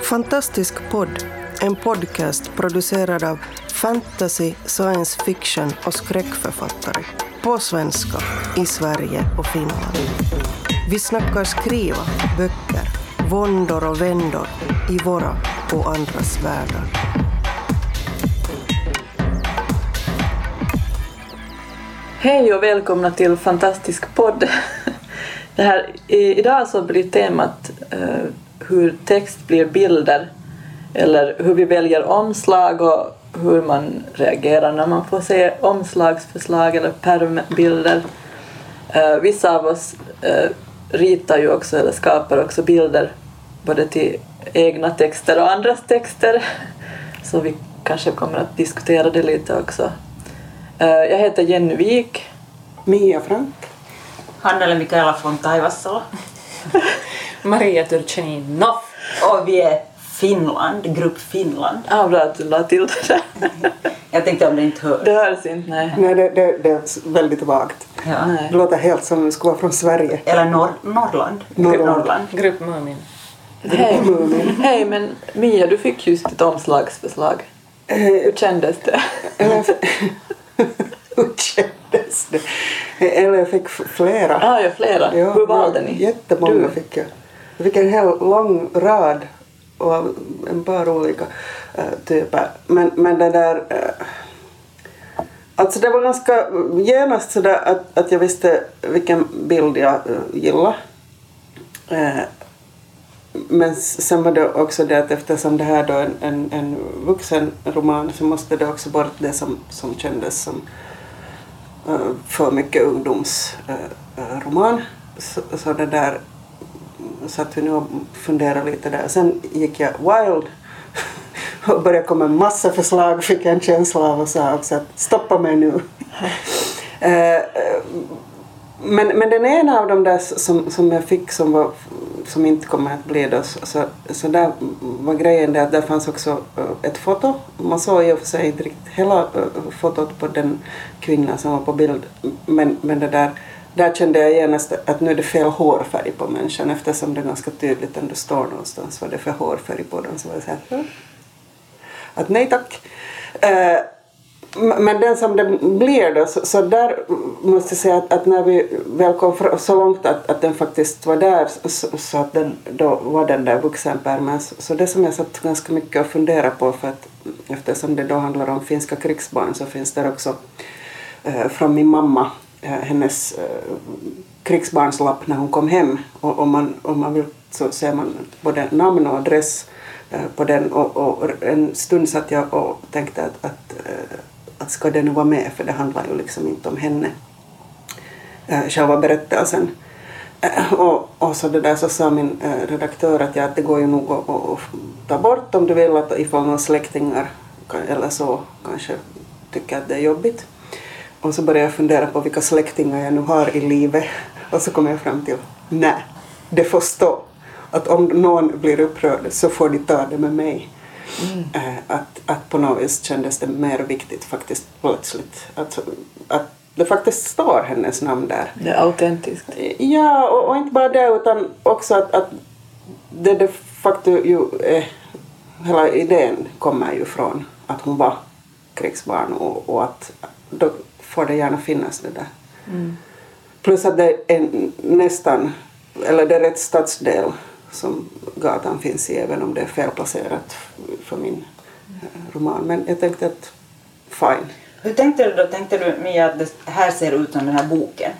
Fantastisk podd, en podcast producerad av fantasy, science fiction och skräckförfattare. På svenska, i Sverige och Finland. Vi snackar skriva, böcker, våndor och vändor i våra och andras världar. Hej och välkomna till Fantastisk podd. Idag så blir temat hur text blir bilder, eller hur vi väljer omslag och hur man reagerar när man får se omslagsförslag eller pärmbilder. Vissa av oss ritar ju också eller skapar också bilder både till egna texter och andras texter, så vi kanske kommer att diskutera det lite också. Jag heter Jenny Wik. Mia Frank. Hannele Mikaela från Taivassala. Maria Turchaninov. Och vi är Finland, grupp Finland. Ja, bra att du la till det där. Jag tänkte om det inte hörs. Det hörs inte, nej. Nej, det är väldigt vagt. Ja. Det låter helt som om vi skulle vara från Sverige. Eller Norrland. Norrland. Grupp Mumin. Hej, men Mia, du fick just ett omslagsförslag. Hur kändes det? Hur kändes det? Eller jag fick flera. Ja, flera. Ja, hur valde ni? Jättemånga fick jag. Jag fick en hel lång rad av en par olika typer. Men det där... Alltså det var ganska genast sådär att jag visste vilken bild jag gillade. Men sen var det också det att eftersom det här då är en vuxen roman, så måste det också bort det som kändes som för mycket ungdomsroman. Så det där, så att vi nu funderar lite där. Sen gick jag wild och började komma en massa förslag, fick en känsla av och sa också att stoppa mig nu. Men den ena av dem där som jag fick som inte kommer att bli då, så där var grejen det att där fanns också ett foto. Man såg i och för sig inte riktigt hela fotot på den kvinnan som var på bild, men det där kände jag genast att nu är det fel hårfärg på människan, eftersom det ganska tydligt ändå står någonstans vad det är för hårfärg på den, så var det så här att nej tack. Men den som det blir då, så där måste jag säga att när vi väl kom så långt att den faktiskt var där, så att den då var den där vuxenpärmen, så det som jag satt ganska mycket och funderade på, för att eftersom det då handlar om finska krigsbarn, så finns det också från min mamma hennes krigsbarnslapp när hon kom hem, och om man vill så ser man både namn och adress på den, och en stund satt jag och tänkte att ska det nu vara med, för det handlar ju liksom inte om henne, själva berättelsen. Och så det där, så sa min redaktör att det går ju nog att ta bort om du vill, att ifall några släktingar eller så kanske tycker att det är jobbigt. Och så började jag fundera på vilka släktingar jag nu har i livet, och så kom jag fram till nej, det får stå. Att om någon blir upprörd så får de ta det med mig. Att på något vis kändes det mer viktigt faktiskt plötsligt. Att det faktiskt står hennes namn där. Det är autentiskt. Ja, och inte bara det, utan också att det faktiskt ju hela idén kommer ju från att hon var krigsbarn, och att då får det gärna finnas det där. Plus att det är nästan, eller det är rätt stadsdel som gatan finns i, även om det är felplacerat för min roman. Men jag tänkte att fine. Hur tänkte du då? Tänkte du, Mia, att det här ser ut som den här boken?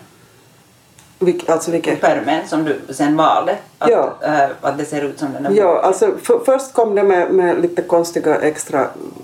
Alltså vilket? Pärmen som du sen valde. Att det ser ut som den här boken. Ja, alltså först kom det med lite konstiga extra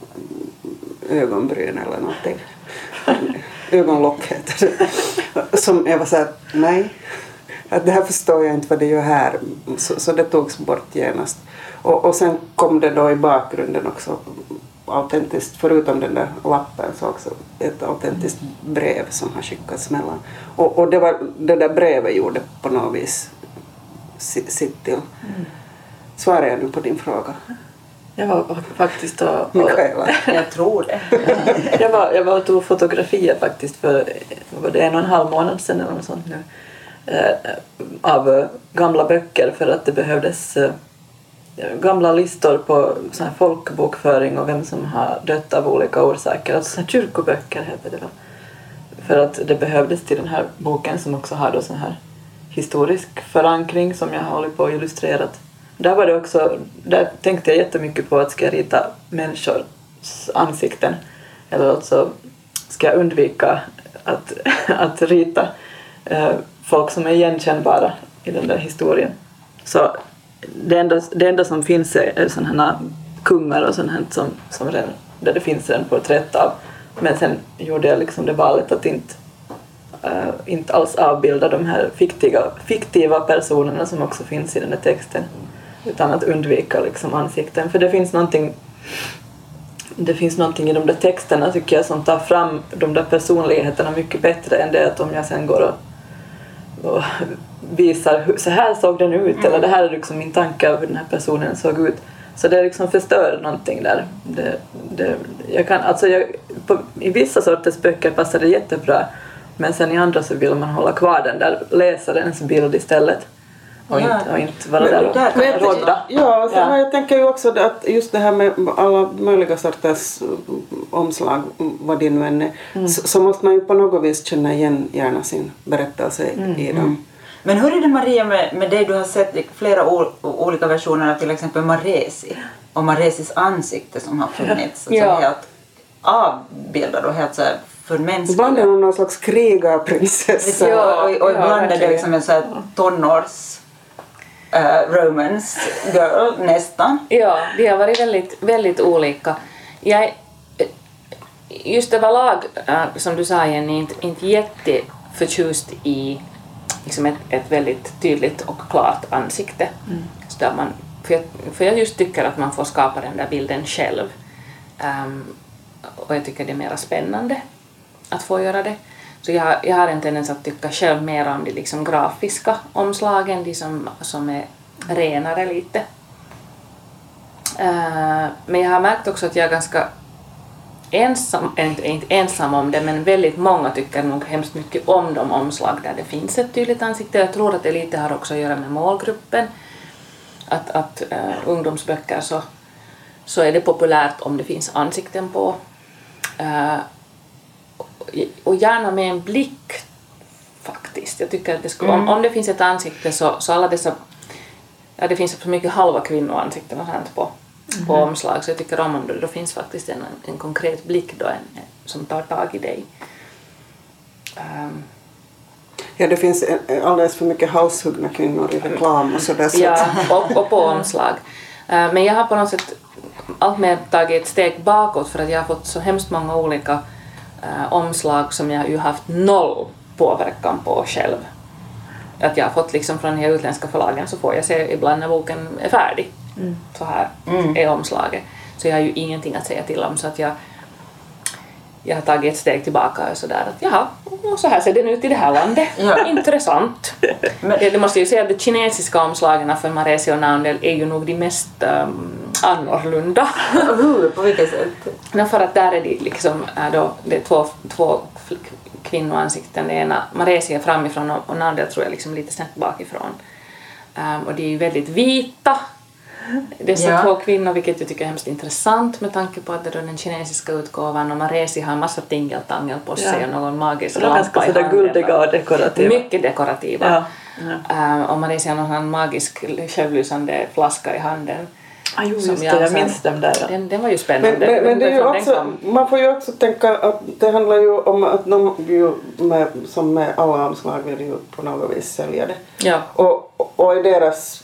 ögonbryn eller någonting. Ögonlock heter det. Som jag var så här, nej. Att det här förstår jag inte vad det gör här. Så det togs bort genast. Och sen kom det då i bakgrunden också autentiskt, förutom den där lappen, så också ett autentiskt brev som har skickats mellan. Och det var det där brevet gjorde på något vis sitt till. Svarar jag nu på din fråga? Jag var faktiskt Mikaela. Jag tror det. jag var och tog fotografier faktiskt för 1,5 månad sedan eller något sånt nu. Av gamla böcker, för att det behövdes gamla listor på sån här folkbokföring och vem som har dött av olika orsaker. Alltså såna här kyrkoböcker heter det väl. För att det behövdes till den här boken som också har då sån här historisk förankring som jag har hållit på och illustrerat. Där tänkte jag jättemycket på att ska jag rita människors ansikten. Eller alltså ska jag undvika att rita folk som är igenkännbara i den där historien. Så det enda som finns är sådana här kungar och sånt här som där det finns en porträtt av. Men sen gjorde jag liksom det valet att inte alls avbilda de här fiktiva personerna som också finns i den här texten. Utan att undvika liksom ansikten. För det finns någonting i de där texterna tycker jag som tar fram de där personligheterna mycket bättre än det att om jag sen går och visar hur så här såg den ut eller det här är liksom min tanke av hur den här personen såg ut. Så det liksom förstör någonting där. I vissa sorters böcker passar det jättebra men sen i andra så vill man hålla kvar den där läsarens bild istället. Och inte vara där och rådda. Jag tänker ju också att just det här med alla möjliga sorters omslag, vad det nu än är, så måste man ju på något vis känna igen gärna sin berättelse i dem. Men hur är det Maria med dig? Du har sett flera olika versioner av till exempel Maresi och Maresis ansikte som har funnits. Som helt avbildad och helt så här förmänskligad. Ibland är hon någon slags krigarprinsessa. Och ibland är det liksom en så här tonårs romance girl nästan. Ja, de har varit väldigt, väldigt olika. Jag just överlag, som du sa Jenny, inte jätteförtjust i liksom ett väldigt tydligt och klart ansikte. Så där för jag just tycker att man får skapa den där bilden själv. Och jag tycker det är mer spännande att få göra det. Så jag har en tendens att tycka själv mer om de liksom grafiska omslagen, de som är renare lite. Men jag har märkt också att jag är ganska inte ensam om det, men väldigt många tycker nog hemskt mycket om de omslag där det finns ett tydligt ansikte. Jag tror att det lite har också att göra med målgruppen. Att ungdomsböcker så är det populärt om det finns ansikten på. Och gärna med en blick faktiskt. Jag tycker att det skulle, om det finns ett ansikte så alla dessa, det finns så mycket halva kvinnoansikten och sånt på omslag, så jag tycker om det då finns faktiskt en konkret blick då som tar tag i dig. Ja, det finns alldeles för mycket halshuggna kvinnor i reklam och sådär. Ja, och på omslag. Men jag har på något sätt alltmer tagit ett steg bakåt för att jag har fått så hemskt många olika omslag som jag ju haft noll påverkan på själv. Att jag har fått liksom från de här utländska förlagen så får jag se ibland när boken är färdig. Så här är omslaget. Så jag har ju ingenting att säga till om, så att jag har tagit ett steg tillbaka och sådär att jaha, och så här ser den ut i det här landet. Ja. Intressant. Men det måste ju säga att de kinesiska omslagen för Maresi och Naundel är ju nog de mest annorlunda. Hur? På vilket sätt? För att där är det liksom det är två kvinnoansikten. Det ena, Maresi är framifrån och Naundel tror jag liksom lite snett bakifrån. Och de är ju väldigt vita. Dessa två kvinnor, vilket jag tycker är hemskt intressant med tanke på att det är den kinesiska utgåvan och Maresi har en massa tingeltangel på sig och någon magisk lampa i handen. Guldiga och dekorativa. Mycket dekorativa. Och Maresi har någon magisk självlysande flaska i handen. Just det, jag minns dem där. Den var ju spännande. Men det är ju också, man får ju också tänka att det handlar ju om att de ju som med alla omslag vill ju på något vis sälja det. Ja. Och i deras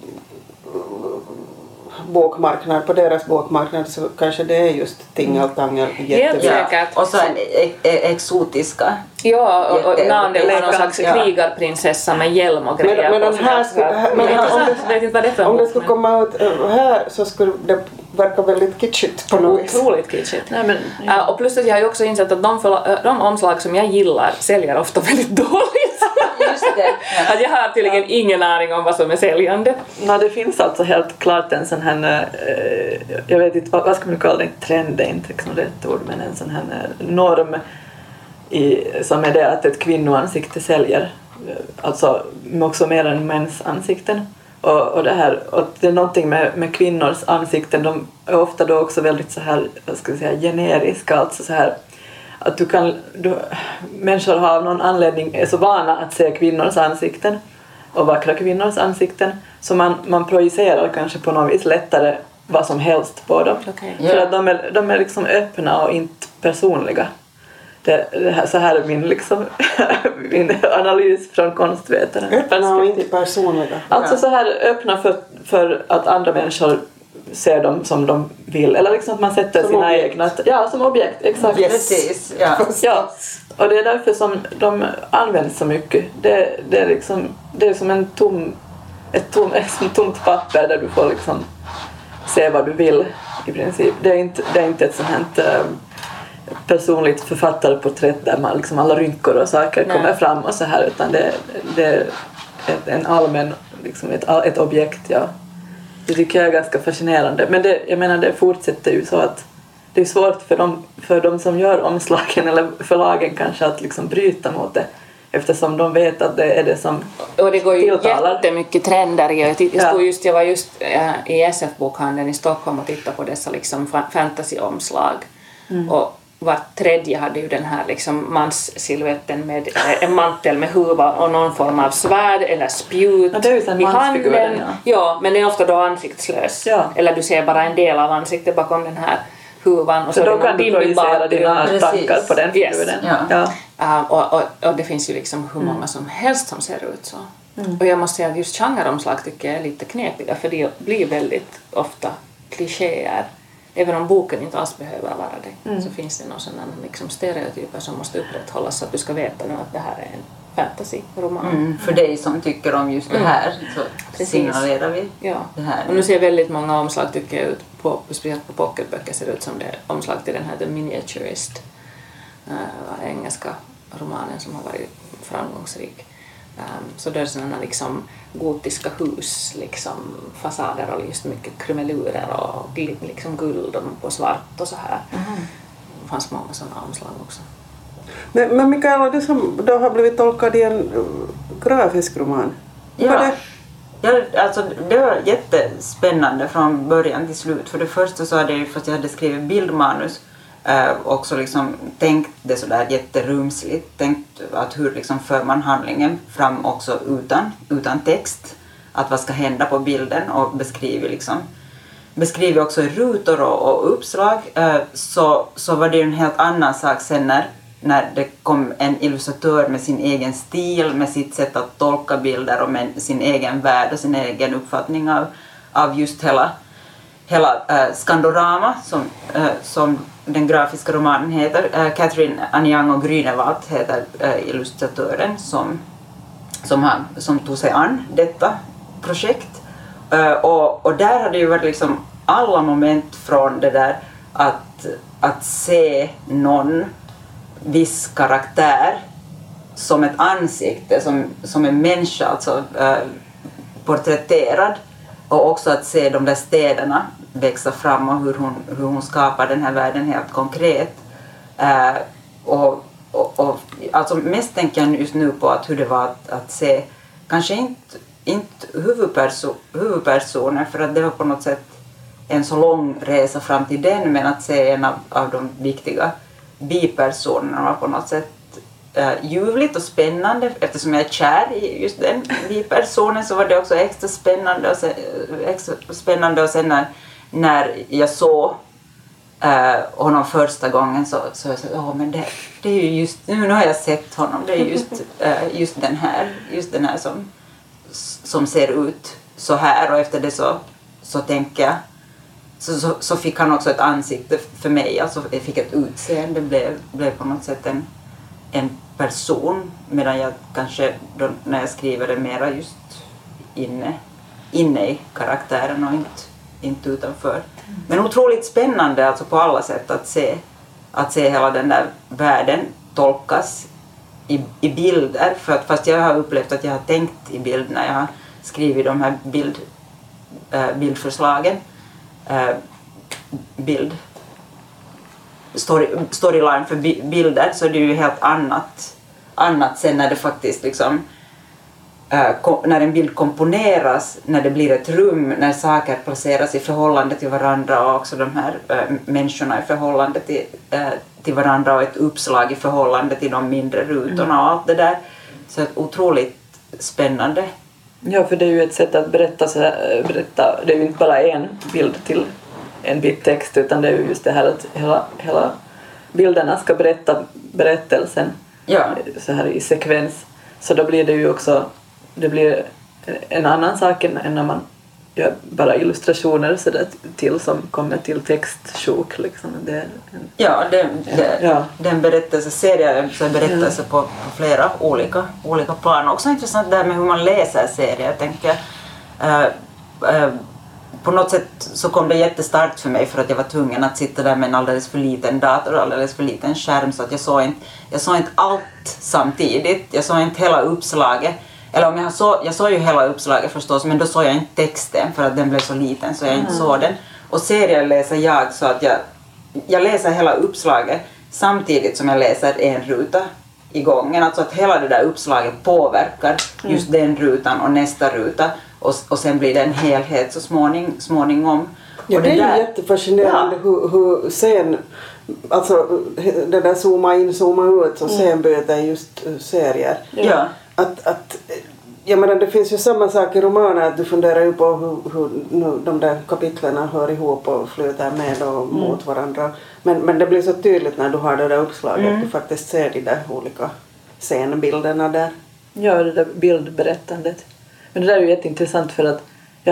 bokmarknad, på deras bokmarknad så kanske det är just tingeltangel jättesäkert. Och så exotiska. Ja, och Naundel är någon slags krigarprinsessa med hjälm och grejer. Men den här om det skulle komma ut här så skulle det verka väldigt kitschigt på något vis. Otroligt kitschigt. Och plus att jag har ju också insett att de omslag som jag gillar säljer ofta väldigt dåligt. Just det. Att jag har tydligen ingen aning om vad som är säljande. Det finns alltså helt klart en sån här, jag vet inte vad ska man kalla det, trend är inte liksom rätt ord, men en sån här norm som är det att ett kvinnoansikte säljer, alltså också mer än mäns ansikten. Och det här, och det är någonting med kvinnors ansikten, de är ofta då också väldigt så här, vad ska jag säga, generiska, alltså så här att människor har av någon anledning är så vana att se kvinnors ansikten och vackra kvinnors ansikten, så man projicerar kanske på något vis lättare vad som helst på dem. Okay. För att de är liksom öppna och inte personliga. Det här, så här är min analys från konstvetaren. Öppna och inte personliga. Alltså så här öppna för att andra människor ser dem som de vill. Eller liksom att man sätter som sina objekt. Egna... Ja, som objekt. Exakt. Yes. Precis, ja. Ja. Och det är därför som de används så mycket. Det är som ett tomt papper där du får liksom se vad du vill i princip. Det är inte ett sånt här personligt författarporträtt där man liksom alla rynkor och saker kommer fram och så här, utan det är en allmän liksom ett objekt, ja. Det tycker jag är ganska fascinerande, men det fortsätter ju så att det är svårt för de som gör omslagen eller förlagen kanske att liksom bryta mot det, eftersom de vet att det är det som och det går ju tilltalar. jättemycket trender i. Jag var just i SF-bokhandeln i Stockholm och tittade på dessa liksom fantasyomslag. Och vart tredje hade ju den här liksom manssilhuetten med en mantel med huva och någon form av svärd eller spjut i handen. Ja, men den är ofta då ansiktslös. Ja. Eller du ser bara en del av ansiktet bakom den här huvan. Och så då kan du projicera dina tankar på den figuren. Yes. Ja. Och det finns ju liksom hur många som helst som ser ut så. Och jag måste säga att just genreomslag tycker jag är lite knepiga, för det blir väldigt ofta klichéer. Även om boken inte alls behöver vara det, så finns det någon sån liksom stereotyper som måste upprätthållas så att du ska veta nu att det här är en fantasy-roman. För dig som tycker om just det här så signalerar vi det här. Och nu ser väldigt många omslag tycker jag ut, speciellt på pocketböcker ser det ut som det är omslag till den här The Miniaturist, engelska romanen som har varit framgångsrik. Så det är sådana liksom gotiska hus, liksom fasader och just mycket krumelurer och liksom guld på svart och så här. Det fanns många sådana omslag också. Men Mikaela, du som då har blivit tolkad i en grafisk roman. Ja. Alltså, det var jättespännande från början till slut. För det första så hade jag ju, fast jag hade skrivit bildmanus, också liksom tänkt det sådär jätterumsligt, tänkt att hur liksom för man handlingen fram också utan text, att vad ska hända på bilden, och beskriver också rutor och uppslag, så var det en helt annan sak sen när det kom en illustratör med sin egen stil, med sitt sätt att tolka bilder och med sin egen värld och sin egen uppfattning av just hela Skandorama som den grafiska romanen heter. Catherine Anjango Grünewald heter illustratören som tog sig an detta projekt. Och där hade ju varit liksom alla moment från det där att se någon viss karaktär som ett ansikte, som en människa, alltså porträtterad, och också att se de där städerna växa fram och hur hon skapar den här världen helt konkret. Och alltså mest tänker jag just nu på hur det var att se, kanske inte huvudpersoner, för att det var på något sätt en så lång resa fram till den, men att se en av de viktiga bipersonerna var på något sätt ljuvligt och spännande. Eftersom jag är kär i just den bipersonen så var det också extra spännande, och sen när jag såg honom första gången så jag sa, men det är ju just, nu har jag sett honom, det är just den här som ser ut så här, och efter det så tänker jag så fick han också ett ansikte för mig, alltså jag fick ett utseende, blev på något sätt en person, medan jag kanske då, när jag skriver det mera just inne i karaktären och inte utanför. Men otroligt spännande alltså på alla sätt att se hela den där världen tolkas i bilder, för att fast jag har upplevt att jag har tänkt i bild när jag har skrivit de här bildförslagen, storyline för bilder, så det är ju helt annat sen när det faktiskt liksom när en bild komponeras, när det blir ett rum, när saker placeras i förhållande till varandra och också de här människorna i förhållande till varandra och ett uppslag i förhållande till de mindre rutorna och allt det där. Så det är otroligt spännande. Ja, för det är ju ett sätt att berätta, det är ju inte bara en bild till en bit text, utan det är ju just det här att hela bilderna ska berätta berättelsen så här i sekvens. Så då blir det ju också, det blir en annan sak än när man gör bara illustrationer så där till som kommer till textsjok liksom. Den berättelseserien är en berättelse på flera olika plan. Också intressant där med hur man läser serier. Jag tänker på något sätt så kom det jättestarkt för mig för att jag var tvungen att sitta där med en alldeles för liten dator och alldeles för liten skärm, så att jag såg inte allt samtidigt. Jag såg inte hela uppslaget. Eller om jag såg ju hela uppslaget förstås, men då såg jag inte texten för att den blev så liten så jag inte såg den. Och serien läser jag så att jag läser hela uppslaget samtidigt som jag läser en ruta i gången. Alltså att hela det där uppslaget påverkar just den rutan och nästa ruta. Och sen blir det en helhet så småningom. Ja, och det är ju jättefascinerande hur sen, alltså det där zooma in, zooma ut och sen byter just serier. Ja. Jag menar, det finns ju samma sak i romaner, att du funderar ju på hur nu de där kapitlerna hör ihop och flyter med och mot varandra. Men det blir så tydligt när du har det där uppslaget, du faktiskt ser de där olika scenbilderna där. Ja, det där bildberättandet. Men det där är ju jätteintressant för att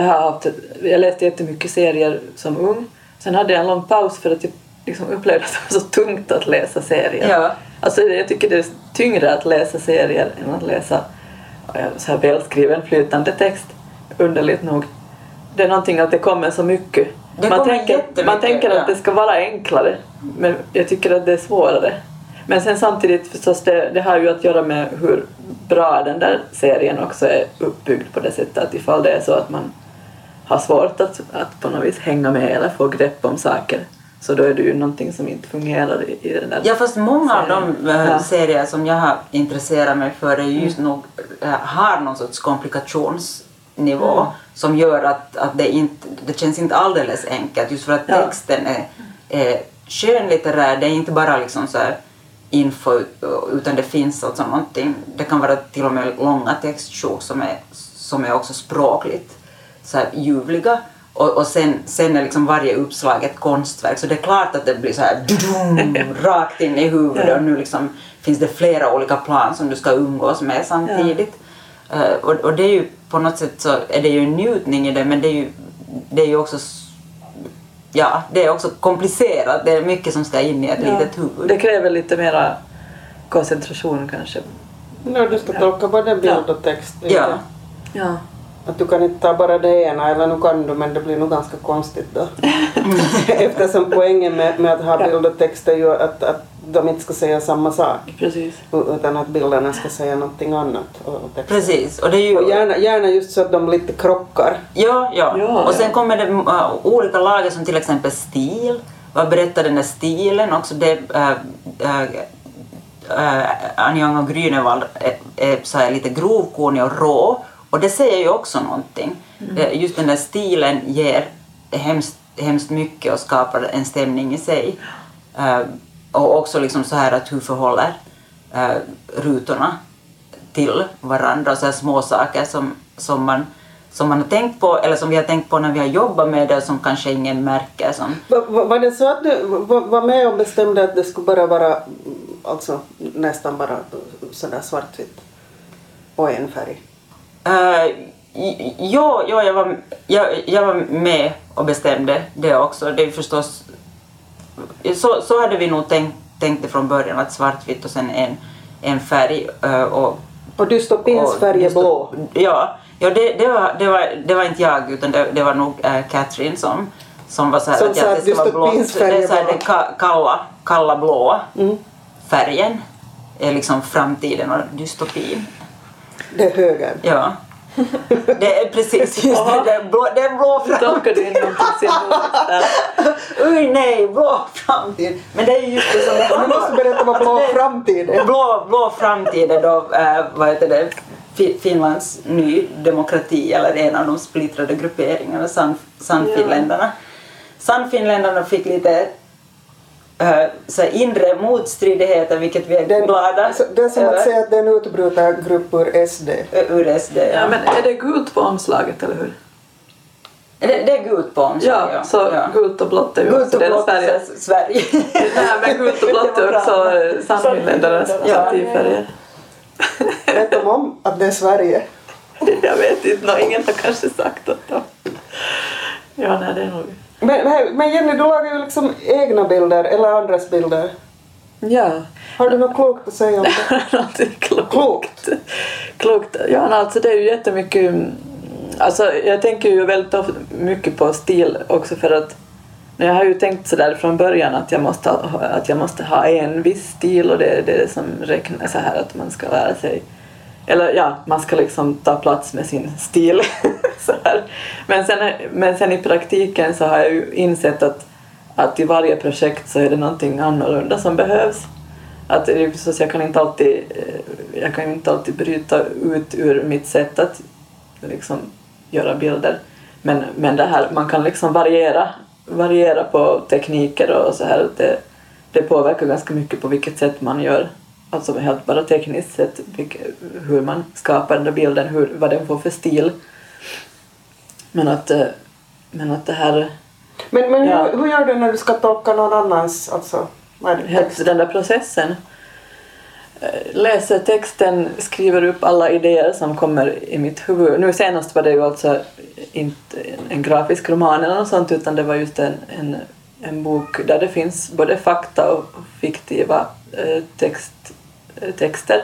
jag läste jättemycket serier som ung. Sen hade jag en lång paus för att jag liksom upplevde att det var så tungt att läsa serier. Ja. Alltså jag tycker det är tyngre att läsa serier än att läsa så här välskriven flytande text. Underligt nog. Det är någonting att det kommer så mycket. Man tänker att det ska vara enklare. Men jag tycker att det är svårare. Men sen samtidigt förstås det har ju att göra med hur bra den där serien också är uppbyggd på det sättet att ifall det är så att man har svårt att på något vis hänga med eller få grepp om saker, så då är det ju någonting som inte fungerar i den där. Ja, fast många av de serier som jag har intresserat mig för är just nog har någon sorts komplikationsnivå som gör att det känns inte alldeles enkelt, just för att texten är skönlitterär. Det är inte bara liksom så här info, utan det finns alltså någonting. Det kan vara till och med långa textsjok som är också språkligt så här ljuvliga, och sen är liksom varje uppslag ett konstverk, så det är klart att det blir så här rakt in i huvudet, och nu liksom finns det flera olika plan som du ska umgås med samtidigt. Och det är ju på något sätt så är det ju en njutning i det, men det är ju också det är också komplicerat. Det är mycket som ska in i ett litet huvud. Det kräver lite mera koncentration kanske. Ja, du ska tolka både bild och text. Ja. Att du kan inte ta bara det ena, eller nu kan du, men det blir nog ganska konstigt då. Eftersom poängen med att ha bild och text är ju att de inte ska säga samma sak. Precis. Utan att bilderna ska säga någonting annat. Och precis. Och det är ju och gärna just så att de lite krockar. Ja. Och sen kommer det olika lager som till exempel stil. Vad berättar den där stilen? Också det Anja och Grünewald är så här lite grovkornig och rå. Och det säger ju också någonting. Just den där stilen ger hemskt mycket och skapar en stämning i sig. Och också liksom så här att hur förhåller rutorna till varandra. Så här små saker som man har tänkt på, eller som vi har tänkt på när vi har jobbat med det, som kanske ingen märker. Var det så att du var med och bestämde att det skulle bara vara, alltså nästan bara sådär svartvitt och en färg? Jag var med och bestämde det också. Det är förstås så hade vi nog tänkt det från början, att svartvitt och sen en färg och dystopins färg är blå. Ja, det var inte jag, utan det var nog Catherine som var så här, att det ska vara blått. Det är så här, den kalla blåa färgen är liksom framtiden och dystopin. Det är höger. Ja. Det är precis just det är blå framtid. Tolkar du in någonting symboliskt där? Oj nej, blå framtid. Men det är just det som det Du måste berätta vad blå framtid är. Blå framtid är då, vad heter det? Finlands ny demokrati, eller en av de splittrade grupperingarna, Sannfinländarna. Sannfinländarna fick lite så inre motstridigheter, vilket vi är glada. Det är som att säga att det är en utbrytargrupp ur SD. Ur SD, ja. Ja, men är det gult på omslaget, eller hur? Det är gult på omslaget. Ja, så gult och blått är ju Gult också och det blått Sverige. Sverige. Nej, men gult och blått är också Sannfinländarnas partifärger. Vet de om att det är Sverige? Jag vet inte, ingen har kanske sagt det då. Ja, nej, det är nog... Men Jenny, du lagar ju liksom egna bilder eller andras bilder. Ja. Har du något klokt att säga om det? Klokt. Ja, alltså det är ju jättemycket... Alltså jag tänker ju väldigt mycket på stil också, för att jag har ju tänkt sådär från början att jag måste ha en viss stil, och det är det som räknas så här att man ska lära sig, eller ja, man ska liksom ta plats med sin stil så här. Men sen i praktiken så har jag ju insett att i varje projekt så är det någonting annorlunda som behövs. Att så jag kan inte alltid bryta ut ur mitt sätt att liksom göra bilder, men det här, man kan liksom variera på tekniker och så här. Det påverkar ganska mycket på vilket sätt man gör, alltså helt bara tekniskt sett, hur man skapar den där bilden, vad den får för stil. Men att det här... Men hur gör du när du ska tolka någon annans, alltså, den där processen? Läser texten, skriver upp alla idéer som kommer i mitt huvud. Nu senast var det ju alltså inte en grafisk roman eller något sånt, utan det var just en bok där det finns både fakta och fiktiva texter.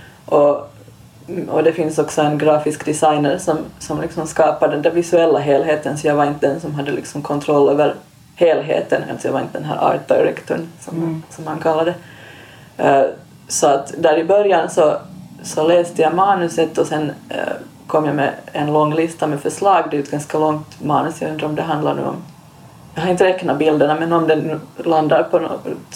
Och det finns också en grafisk designer som liksom skapar den där visuella helheten, så jag var inte den som hade liksom kontroll över helheten, alltså jag var inte den här art directorn som man kallar det. Så att där i början så läste jag manuset, och sen kom jag med en lång lista med förslag. Det är ett ganska långt manus, jag undrar om det handlar nu om, jag har inte räknat bilderna, men om det landar på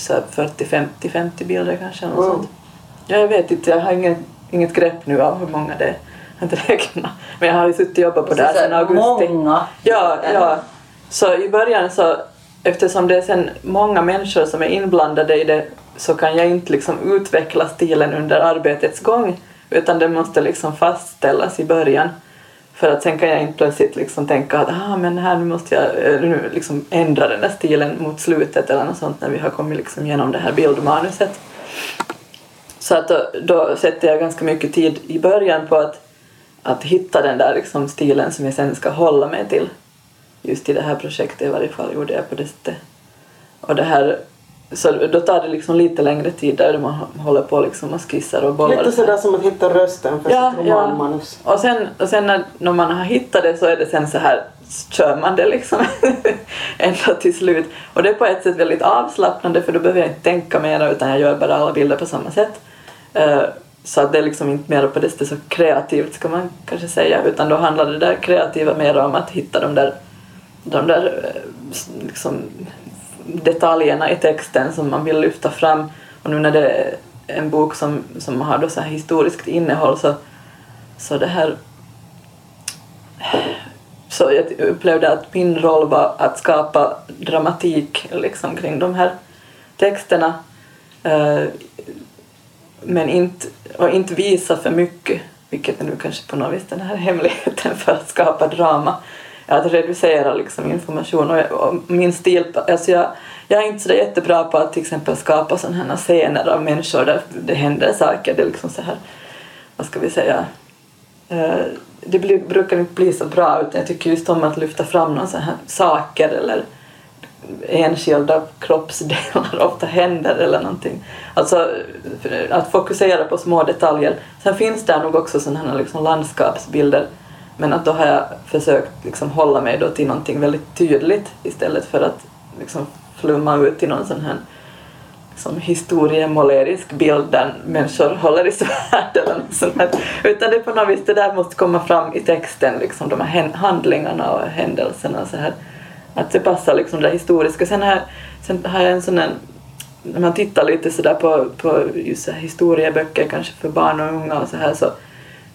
40-50 bilder kanske. Något sånt. Jag vet inte, jag har inget grepp nu av hur många det är. Jag har inte räknat. Men jag har ju suttit och jobbat på det här sedan augusti. Många. Ja. Så i början så, eftersom det är sen många människor som är inblandade i det, så kan jag inte liksom utveckla stilen under arbetets gång, utan det måste liksom fastställas i början, för att sen kan jag inte plötsligt liksom tänka att men här måste jag nu liksom ändra den där stilen mot slutet eller något sånt, när vi har kommit liksom igenom det här bildmanuset. Så att då sätter jag ganska mycket tid i början på att hitta den där liksom stilen som jag sen ska hålla mig till. Just i det här projektet i varje fall gjorde jag på det sättet. Och det här, så då tar det liksom lite längre tid där man håller på liksom och skissar och bollar. Lite sådär som att hitta rösten för sitt romanmanus. Och sen när man har hittat det, så är det sen så här, kör man det liksom ända till slut. Och det är på ett sätt väldigt avslappnande, för då behöver jag inte tänka mer, utan jag gör bara alla bilder på samma sätt. Så att det är liksom inte mer på det sättet så kreativt, ska man kanske säga, utan då handlar det där kreativa mer om att hitta de där liksom detaljerna i texten som man vill lyfta fram. Och nu när det är en bok som har då så här historiskt innehåll, så det här, så jag upplevde att min roll var att skapa dramatik liksom kring de här texterna, men inte visa för mycket, vilket är nu kanske på något vis den här hemligheten för att skapa drama, att reducera liksom information. Och min stil, alltså jag är inte så jättebra på att till exempel skapa sådana här scener av människor där det händer saker. Det är liksom så här, vad ska vi säga, det brukar inte bli så bra, utan jag tycker just om att lyfta fram någon sån här saker eller enskilda kroppsdelar, ofta händer eller någonting. Alltså att fokusera på små detaljer. Sen finns det nog också sådana här liksom landskapsbilder, men att då har jag försökt liksom hålla mig då till någonting väldigt tydligt istället för att liksom flumma ut i någon sån här liksom historiemålerisk bild där människor håller i svärd eller något sånt här. Utan det på något vis, det där måste komma fram i texten, liksom de här handlingarna och händelserna och så här. Att det passar liksom det historiska. Sen har jag en sån här, när man tittar lite så där på just så här historieböcker kanske för barn och unga och så här,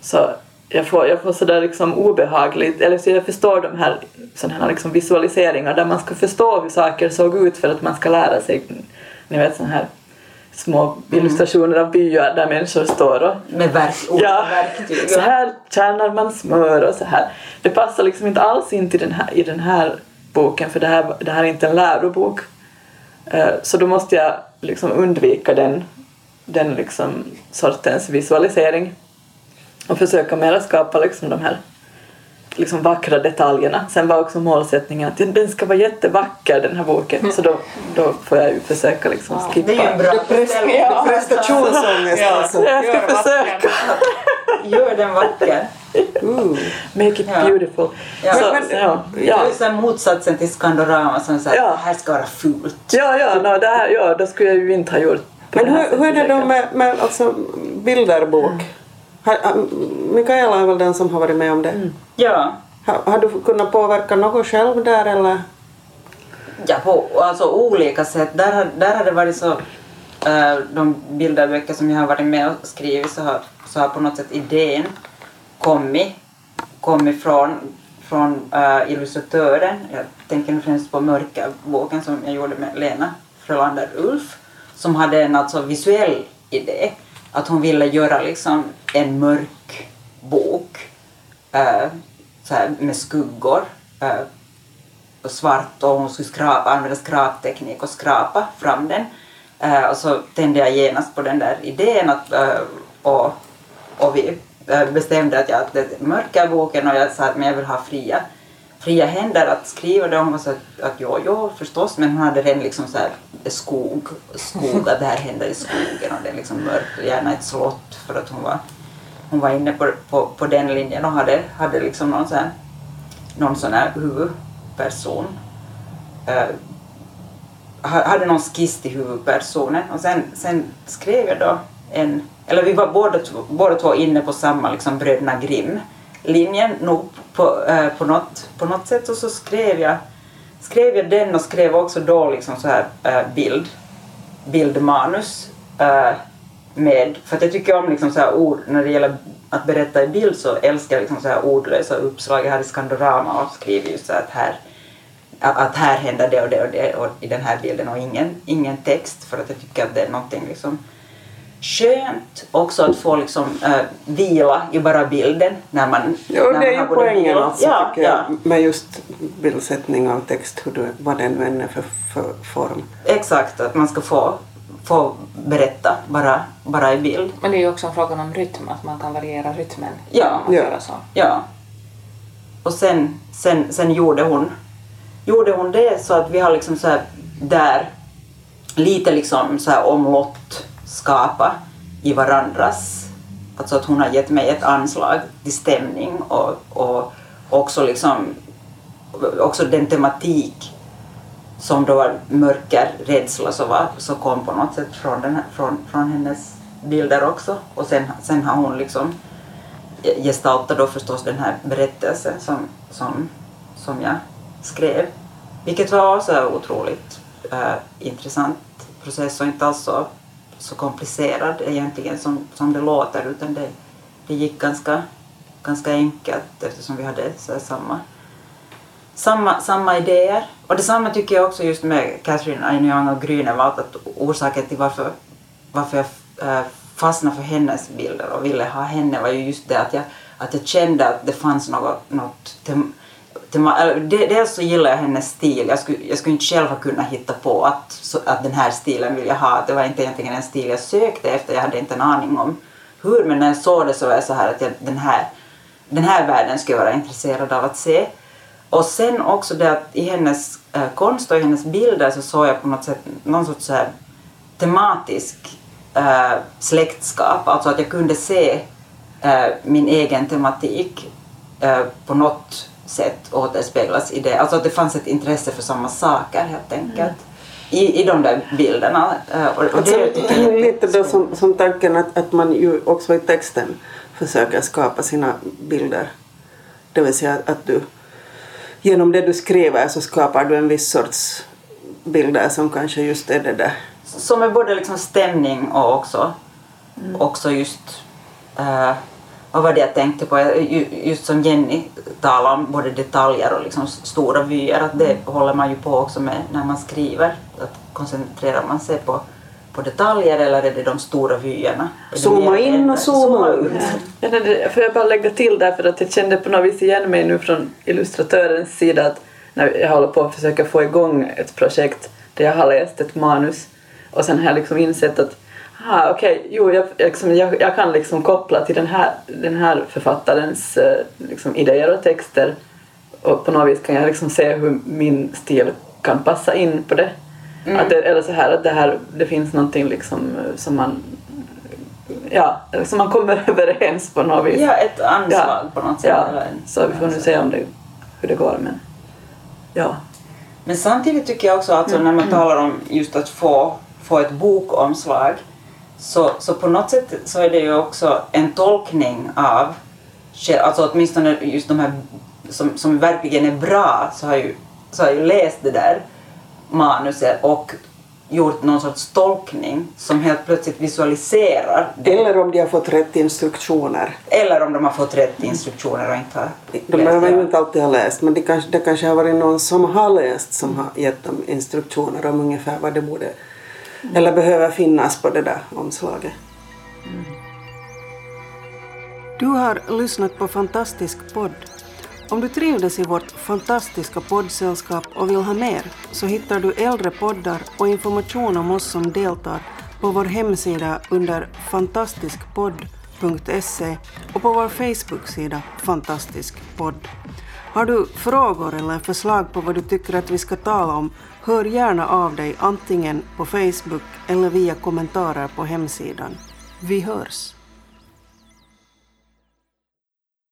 Så jag får sådär liksom obehagligt, eller så jag förstår de här sådana här liksom visualiseringar där man ska förstå hur saker såg ut för att man ska lära sig, ni vet sådana här små illustrationer av byar där människor står och med verktyg. Så här kärnar man smör och så här. Det passar liksom inte alls in i den här boken, för det här är inte en lärobok. Så då måste jag liksom undvika den liksom sortens visualisering och försöka mer skapa liksom de här liksom vackra detaljerna. Sen var också målsättningen att den ska vara jättevacker, den här boken. Så då får jag ju försöka liksom skippa. Det är ju en bra prestationsångest alltså. Jag ska försöka. Gör den vacker. Make it beautiful. Ja. Så, Det är så motsatsen till Skandorama som säger att det här ska vara fult. Då skulle jag ju inte ha gjort. Men hur är det då med alltså, bilderbok? Mikaela är väl den som har varit med om det? Ja. Har du kunnat påverka något själv där eller? Ja, på alltså olika sätt. Där har det varit så de bilderböcker som jag har varit med och skrivit så har på något sätt idén kommit från illustratören. Jag tänker främst på Mörka-boken som jag gjorde med Lena Frölander Ulf, som hade en alltså visuell idé. Att hon ville göra liksom en mörk bok så här med skuggor och svart, och hon skulle använda skrapteknik och skrapa fram den. Och så tände jag genast på den där idén och vi bestämde att det mörka boken, och jag sa att men jag vill ha fria händer att skriva det. Hon var så att jo förstås, men hon hade redan liksom så här skog att det här händer i skogen och det är liksom mörkt, gärna ett slott, för att hon var inne på den linjen och hade liksom någon sån här huvudperson, hade någon skiss till huvudpersonen, och sen skrev jag då eller vi var båda två inne på samma liksom Bröderna Grimm-linjen nog på något sätt, och så skrev jag den och skrev också då liksom så här bildmanus med, för att jag tycker om liksom så här ord när det gäller att berätta i bild, så älskar jag liksom så här ordlösa uppslag. Jag hade Skandorama och skriver just så att här händer det och det och det och i den här bilden, och ingen text, för att jag tycker att det är någonting liksom skönt också att få liksom vila i bara bilden när man det är ju poängen alltså, tycker jag, med just bildsättning av text, vad den nu än är för form. Exakt, att man ska få berätta bara i bild. Men det är ju också en fråga om rytm, att man kan variera rytmen. Ja. Och sen gjorde hon det så att vi har liksom så här där lite liksom så här omlott skapa i varandras, alltså att hon har gett mig ett anslag till stämning och också liksom också den tematik som då var mörker, rädsla, så kom på något sätt från hennes bilder också, och sen har hon liksom gestaltat då förstås den här berättelsen som jag skrev, vilket var också otroligt intressant process och inte alls så komplicerad egentligen som det låter, utan det gick ganska enkelt eftersom vi hade så samma idéer. Och detsamma tycker jag också just med Catherine Ainion och Grünewald, att orsaken till varför jag fastnade för hennes bilder och ville ha henne var ju just det att jag kände att det fanns något dels så gillar jag hennes stil. Jag skulle inte själv ha kunnat hitta på att den här stilen vill jag ha. Det var inte egentligen en stil jag sökte efter. Jag hade inte en aning om hur, men när jag såg det så var jag så här att den här världen skulle jag vara intresserad av att se. Och sen också det att i hennes konst och i hennes bilder så såg jag på något sätt någon sorts så här tematisk släktskap. Alltså att jag kunde se min egen tematik på något sätt återspeglas i det. Alltså att det fanns ett intresse för samma saker helt enkelt i de där bilderna. Och alltså, det är lite då som tanken att man ju också i texten försöker skapa sina bilder. Det vill säga att du genom det du skriver så skapar du en viss sorts bilder som kanske just är det där. Som är både liksom stämning och också just vad var det jag tänkte på? Just som Jenny talar om både detaljer och liksom stora vyer, att det håller man ju på också med när man skriver. Att koncentrerar man sig på detaljer eller är det de stora vyerna? Zooma in och zooma ut. Ja, får jag bara lägga till där, för att jag kände på något vis igen mig nu från illustratörens sida att när jag håller på att försöka få igång ett projekt där jag har läst ett manus och sen har jag liksom insett att jag kan liksom koppla till den här författarens liksom idéer och texter, och på något vis kan jag liksom se hur min stil kan passa in på det. Eller så här att det finns någonting liksom som man som man kommer överens på något vis. Ja, ett anslag på något sätt. Ja, så vi får nu se hur det går, men ja. Men samtidigt tycker jag också att när man talar om just att få ett bokomslag, så på något sätt så är det ju också en tolkning av, alltså åtminstone just de här som verkligen är bra, så har jag ju läst det där manuset och gjort någon sorts tolkning som helt plötsligt visualiserar det. Eller om de har fått rätt instruktioner. Eller om de har fått rätt instruktioner och inte har läst. De behöver ju inte alltid ha läst, men det kanske har varit någon som har läst som har gett dem instruktioner om ungefär vad det borde eller behöver finnas på det där omslaget. Du har lyssnat på Fantastisk podd. Om du trivdes i vårt fantastiska poddsällskap och vill ha mer, så hittar du äldre poddar och information om oss som deltar på vår hemsida under fantastiskpodd.se och på vår Facebook-sida Fantastisk podd. Har du frågor eller förslag på vad du tycker att vi ska tala om, hör gärna av dig antingen på Facebook eller via kommentarer på hemsidan. Vi hörs!